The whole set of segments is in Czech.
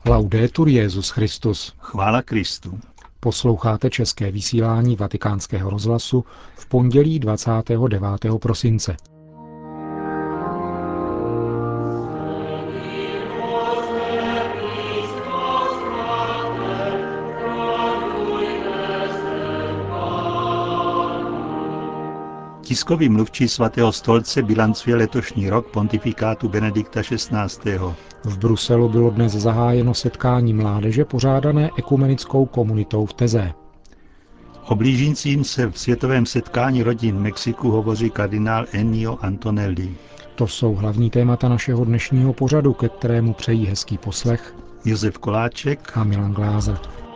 Laudetur Jesus Christus. Chvála Kristu. Posloucháte české vysílání Vatikánského rozhlasu v pondělí 29. prosince. Tiskový mluvčí svatého stolce bilancuje letošní rok pontifikátu Benedikta XVI. V Bruselu bylo dnes zahájeno setkání mládeže pořádané ekumenickou komunitou v Teze. O blížícím se v světovém setkání rodin v Mexiku hovoří kardinál Ennio Antonelli. To jsou hlavní témata našeho dnešního pořadu, ke kterému přejí hezký poslech Josef Koláček a Milan Glázer.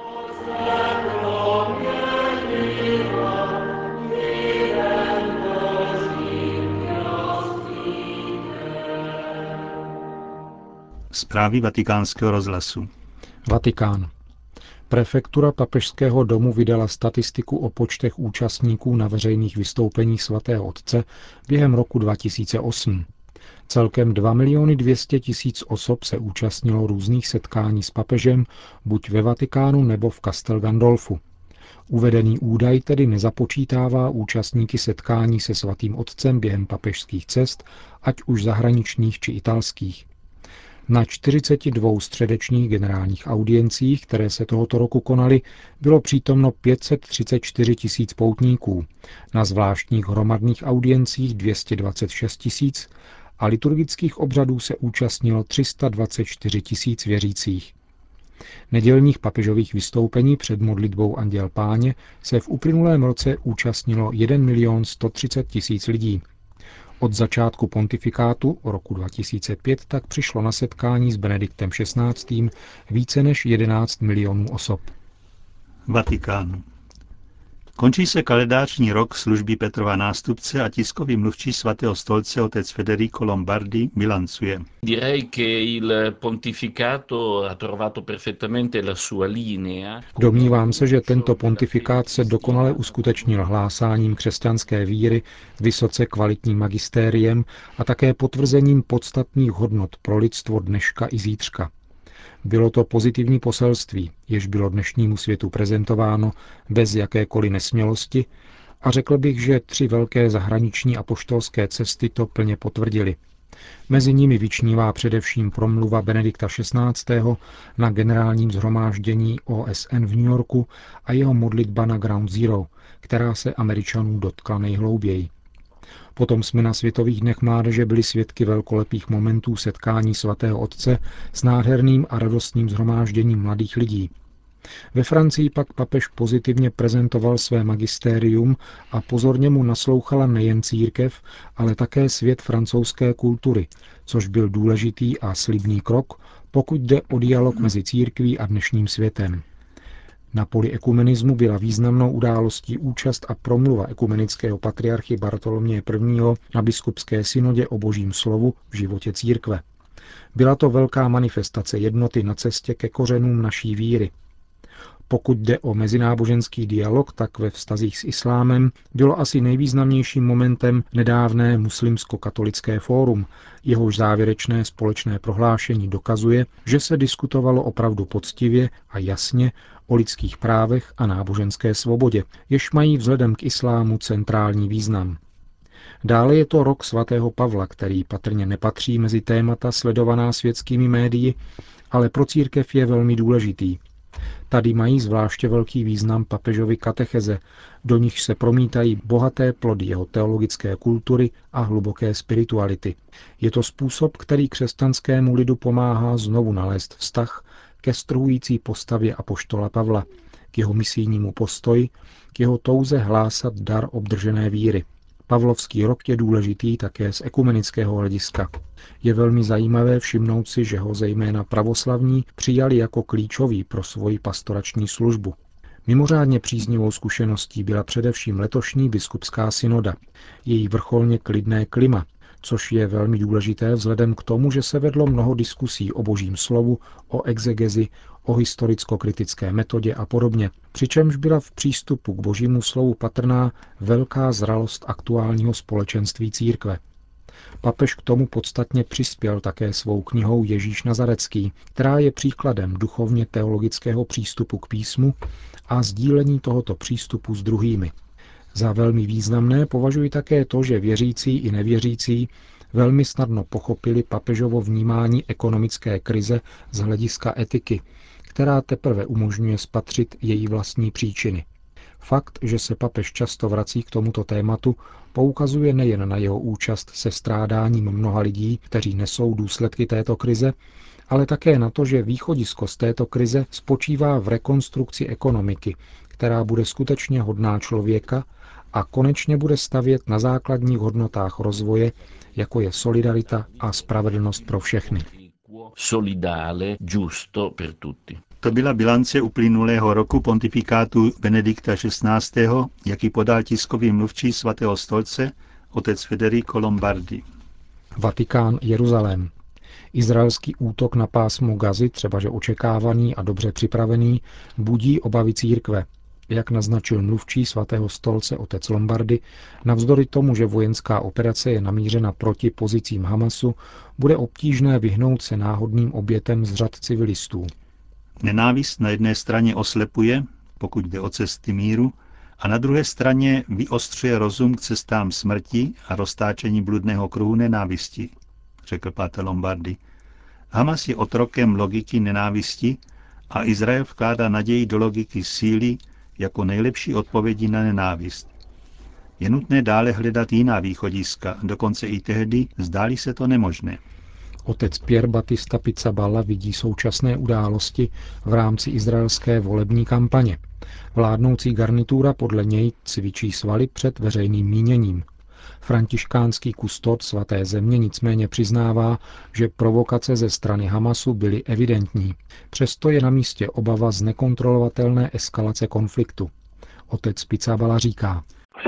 Zprávy Vatikánského rozhlasu. Vatikán. Prefektura Papežského domu vydala statistiku o počtech účastníků na veřejných vystoupeních svatého otce během roku 2008. Celkem 2 200 000 osob se účastnilo různých setkání s papežem buď ve Vatikánu nebo v Castel Gandolfu. Uvedený údaj tedy nezapočítává účastníky setkání se svatým otcem během papežských cest, ať už zahraničních či italských. Na 42 středečních generálních audiencích, které se tohoto roku konaly, bylo přítomno 534 000 poutníků, na zvláštních hromadných audiencích 226 000 a liturgických obřadů se účastnilo 324 000 věřících. Nedělních papežových vystoupení před modlitbou Anděl Páně se v uplynulém roce účastnilo 1 130 000 lidí. Od začátku pontifikátu roku 2005 tak přišlo na setkání s Benediktem XVI. Více než 11 milionů osob. Vatikán. Končí se kalendářní rok služby Petrova nástupce a tiskový mluvčí svatého stolce otec Federico Lombardi bilancuje. Domnívám se, že tento pontifikát se dokonale uskutečnil hlásáním křesťanské víry, vysoce kvalitním magistériem a také potvrzením podstatných hodnot pro lidstvo dneška i zítřka. Bylo to pozitivní poselství, jež bylo dnešnímu světu prezentováno bez jakékoliv nesmělosti a řekl bych, že 3 velké zahraniční apoštolské cesty to plně potvrdily. Mezi nimi vyčnívá především promluva Benedikta XVI. Na generálním shromáždění OSN v New Yorku a jeho modlitba na Ground Zero, která se Američanů dotkla nejhlouběji. Potom jsme na Světových dnech mládeže byli svědky velkolepých momentů setkání svatého otce s nádherným a radostným shromážděním mladých lidí. Ve Francii pak papež pozitivně prezentoval své magistérium a pozorně mu naslouchala nejen církev, ale také svět francouzské kultury, což byl důležitý a slibný krok, pokud jde o dialog mezi církví a dnešním světem. Na poli ekumenismu byla významnou událostí účast a promluva ekumenického patriarchy Bartoloměje I. Na biskupské synodě o Božím slovu v životě církve. Byla to velká manifestace jednoty na cestě ke kořenům naší víry. Pokud jde o mezináboženský dialog, tak ve vztazích s islámem bylo asi nejvýznamnějším momentem nedávné muslimsko-katolické fórum, jehož závěrečné společné prohlášení dokazuje, že se diskutovalo opravdu poctivě a jasně o lidských právech a náboženské svobodě, jež mají vzhledem k islámu centrální význam. Dále je to rok svatého Pavla, který patrně nepatří mezi témata sledovaná světskými médii, ale pro církev je velmi důležitý. Tady mají zvláště velký význam papežovy katecheze, do nichž se promítají bohaté plody jeho teologické kultury a hluboké spirituality. Je to způsob, který křesťanskému lidu pomáhá znovu nalézt vztah ke struhující postavě apoštola Pavla, k jeho misijnímu postoji, k jeho touze hlásat dar obdržené víry. Pavlovský rok je důležitý také z ekumenického hlediska. Je velmi zajímavé všimnout si, že ho zejména pravoslavní přijali jako klíčový pro svoji pastorační službu. Mimořádně příznivou zkušeností byla především letošní biskupská synoda, její vrcholně klidné klima, což je velmi důležité vzhledem k tomu, že se vedlo mnoho diskusí o Božím slovu, o exegezi, o historicko-kritické metodě a podobně, přičemž byla v přístupu k Božímu slovu patrná velká zralost aktuálního společenství církve. Papež k tomu podstatně přispěl také svou knihou Ježíš Nazarecký, která je příkladem duchovně teologického přístupu k písmu a sdílení tohoto přístupu s druhými. Za velmi významné považuji také to, že věřící i nevěřící velmi snadno pochopili papežovo vnímání ekonomické krize z hlediska etiky, která teprve umožňuje spatřit její vlastní příčiny. Fakt, že se papež často vrací k tomuto tématu, poukazuje nejen na jeho účast se strádáním mnoha lidí, kteří nesou důsledky této krize, ale také na to, že východisko z této krize spočívá v rekonstrukci ekonomiky, která bude skutečně hodná člověka a konečně bude stavět na základních hodnotách rozvoje, jako je solidarita a spravedlnost pro všechny. Solidale, giusto per tutti. To byla bilance uplynulého roku pontifikátu Benedikta XVI., jaký podal tiskový mluvčí svatého stolce otec Federico Lombardi. Vatikán, Jeruzalém. Izraelský útok na pásmo Gazy, třebaže očekávaný a dobře připravený, budí obavy církve. Jak naznačil mluvčí svatého stolce otec Lombardi, navzdory tomu, že vojenská operace je namířena proti pozicím Hamasu, bude obtížné vyhnout se náhodným obětem z řad civilistů. Nenávist na jedné straně oslepuje, pokud jde o cesty míru, a na druhé straně vyostřuje rozum k cestám smrti a roztáčení bludného kruhu nenávisti, řekl páter Lombardi. Hamas je otrokem logiky nenávisti a Izrael vkládá naději do logiky síly jako nejlepší odpovědi na nenávist. Je nutné dále hledat jiná východiska, dokonce i tehdy, zdáli se to nemožné. Otec Pier Battista Pizzaballa vidí současné události v rámci izraelské volební kampaně. Vládnoucí garnitura podle něj cvičí svaly před veřejným míněním. Františkánský kustod svaté země nicméně přiznává, že provokace ze strany Hamasu byly evidentní. Přesto je na místě obava z nekontrolovatelné eskalace konfliktu. Otec Pizzaballa říká: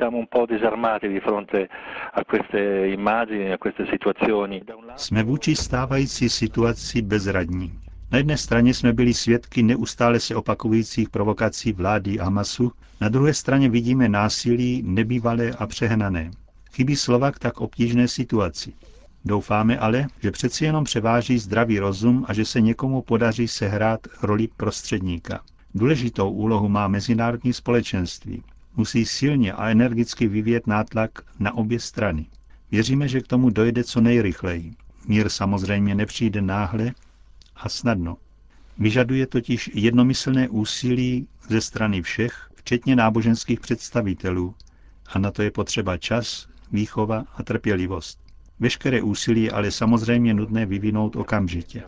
Jsme vůči stávající situaci bezradní. Na jedné straně jsme byli svědky neustále se opakujících provokací vlády Hamasu, na druhé straně vidíme násilí nebývalé a přehnané. Chybí slova k tak obtížné situaci. Doufáme ale, že přeci jenom převáží zdravý rozum a že se někomu podaří sehrát roli prostředníka. Důležitou úlohu má mezinárodní společenství. Musí silně a energicky vyvíjet nátlak na obě strany. Věříme, že k tomu dojde co nejrychleji. Mír samozřejmě nepřijde náhle a snadno. Vyžaduje totiž jednomyslné úsilí ze strany všech, včetně náboženských představitelů, a na to je potřeba čas, výchova a trpělivost. Veškeré úsilí je ale samozřejmě nutné vyvinout okamžitě.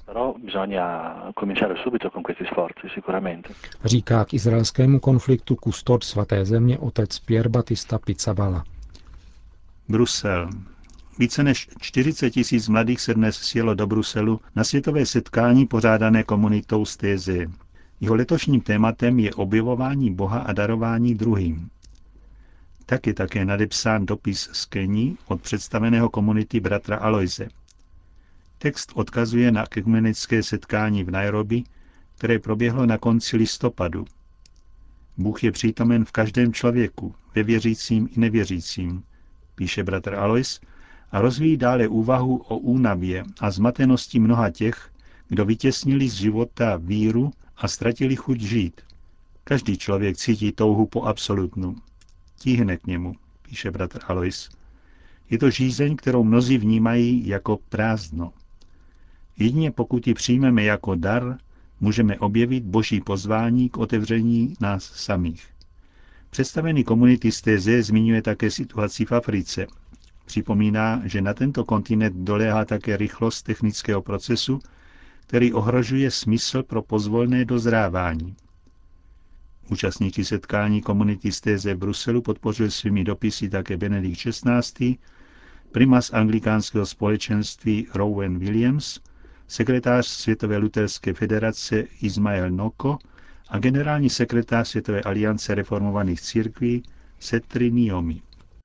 Říká k izraelskému konfliktu kustod svaté země otec Pier Battista Pizzaballa. Brusel. Více než 40 000 mladých se dnes sjelo do Bruselu na světové setkání pořádané komunitou z Tézy. Jeho letošním tématem je objevování Boha a darování druhým. Tak je také nadepsán dopis z Keni od představeného komunity bratra Aloise. Text odkazuje na ekumenické setkání v Nairobi, které proběhlo na konci listopadu. Bůh je přítomen v každém člověku, ve věřícím i nevěřícím, píše bratr Alois a rozvíjí dále úvahu o únavě a zmatenosti mnoha těch, kdo vytěsnili z života víru a ztratili chuť žít. Každý člověk cítí touhu po absolutnu. Tíhne k němu, píše bratr Alois. Je to žízeň, kterou mnozí vnímají jako prázdno. Jedině pokud ji přijmeme jako dar, můžeme objevit Boží pozvání k otevření nás samých. Představený komunity z Téze zmiňuje také situaci v Africe. Připomíná, že na tento kontinent doléhá také rychlost technického procesu, který ohrožuje smysl pro pozvolné dozrávání. Účastníky setkání komunity z Téze v Bruselu podpořil svými dopisy také Benedikt XVI., primas anglikánského společenství Rowan Williams, sekretář Světové luterské federace Ismael Noko a generální sekretář Světové aliance reformovaných církví Setri Niomi.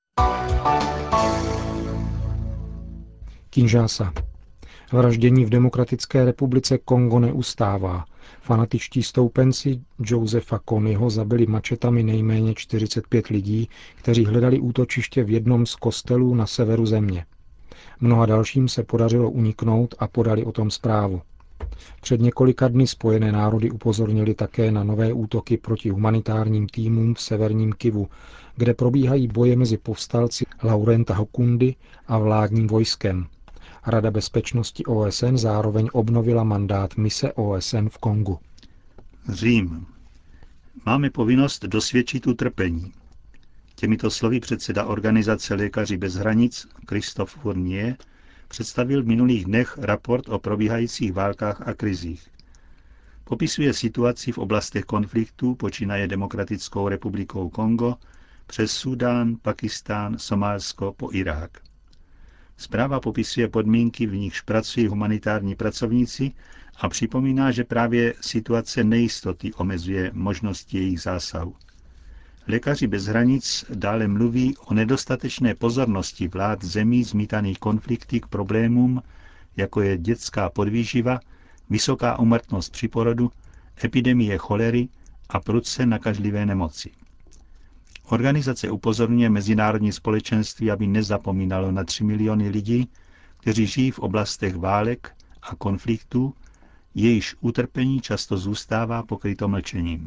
Kinshasa. Vraždění v Demokratické republice Kongo neustává. Fanatičtí stoupenci Josefa Konyho zabili mačetami nejméně 45 lidí, kteří hledali útočiště v jednom z kostelů na severu země. Mnoha dalším se podařilo uniknout a podali o tom zprávu. Před několika dny Spojené národy upozornili také na nové útoky proti humanitárním týmům v severním Kivu, kde probíhají boje mezi povstalci Laurenta Hokundy a vládním vojskem. Rada bezpečnosti OSN zároveň obnovila mandát mise OSN v Kongu. Řím. Máme povinnost dosvědčit utrpení. Těmito slovy předseda organizace Lékaři bez hranic Christophe Fournier představil v minulých dnech raport o probíhajících válkách a krizích. Popisuje situaci v oblastech konfliktů, počínaje Demokratickou republikou Kongo, přes Súdán, Pakistán, Somálsko po Irák. Zpráva popisuje podmínky, v nichž pracují humanitární pracovníci a připomíná, že právě situace nejistoty omezuje možnosti jejich zásahu. Lékaři bez hranic dále mluví o nedostatečné pozornosti vlád zemí zmítaných konflikty k problémům, jako je dětská podvýživa, vysoká úmrtnost při porodu, epidemie cholery a prudce nakažlivé nemoci. Organizace upozorňuje mezinárodní společenství, aby nezapomínalo na 3 miliony lidí, kteří žijí v oblastech válek a konfliktů, jejichž utrpení často zůstává pokryto mlčením.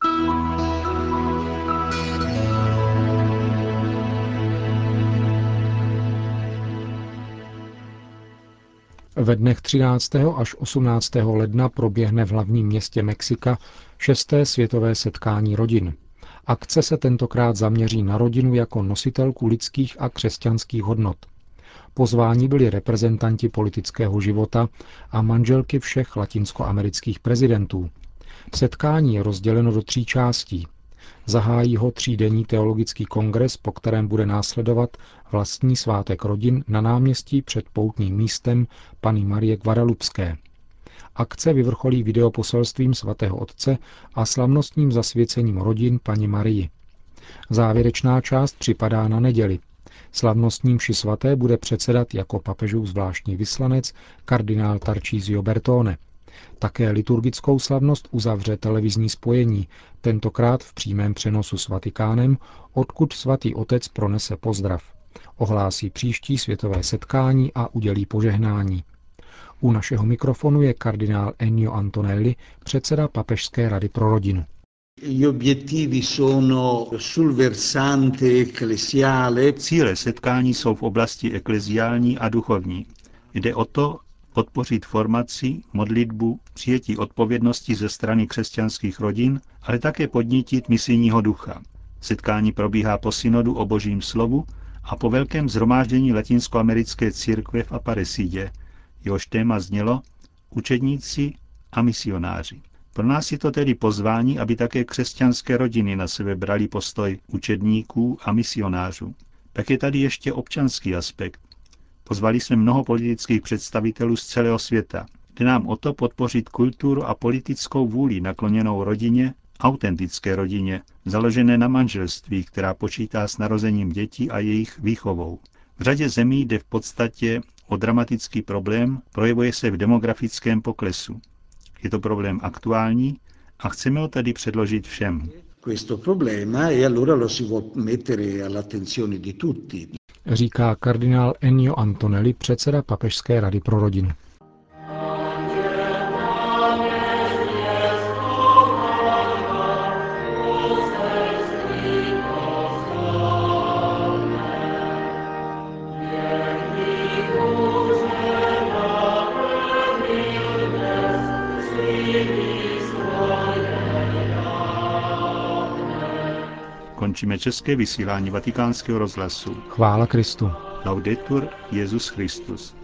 Ve dnech 13. až 18. ledna proběhne v hlavním městě Mexika 6. světové setkání rodin. Akce se tentokrát zaměří na rodinu jako nositelku lidských a křesťanských hodnot. Pozváni byli reprezentanti politického života a manželky všech latinskoamerických prezidentů. Setkání je rozděleno do 3 částí. Zahájí ho 3denní teologický kongres, po kterém bude následovat vlastní svátek rodin na náměstí před poutním místem Panny Marie Guadalupské. Akce vyvrcholí videoposelstvím svatého otce a slavnostním zasvěcením rodin Panny Marii. Závěrečná část připadá na neděli. Slavnostní mši svaté bude předsedat jako papežův zvláštní vyslanec kardinál Tarcísio Bertone. Také liturgickou slavnost uzavře televizní spojení, tentokrát v přímém přenosu s Vatikánem, odkud svatý otec pronese pozdrav. Ohlásí příští světové setkání a udělí požehnání. U našeho mikrofonu je kardinál Ennio Antonelli, předseda Papežské rady pro rodinu. Cíle setkání jsou v oblasti ekleziální a duchovní. Jde o to podpořit formaci, modlitbu, přijetí odpovědnosti ze strany křesťanských rodin, ale také podnítit misijního ducha. Setkání probíhá po synodu o Božím slovu a po velkém shromáždění latinskoamerické církve v Aparecidě, jehož téma znělo učedníci a misionáři. Pro nás je to tedy pozvání, aby také křesťanské rodiny na sebe brali postoj učedníků a misionářů. Tak je tady ještě občanský aspekt. Pozvali jsme mnoho politických představitelů z celého světa. Jde nám o to podpořit kulturu a politickou vůli nakloněnou rodině, autentické rodině, založené na manželství, která počítá s narozením dětí a jejich výchovou. V řadě zemí jde v podstatě o dramatický problém, projevuje se v demografickém poklesu. Je to problém aktuální a chceme ho tady předložit všem. Říká kardinál Ennio Antonelli, předseda Papežské rady pro rodinu. Končíme české vysílání Vatikánského rozhlasu. Chvála Kristu. Laudetur Jesus Christus.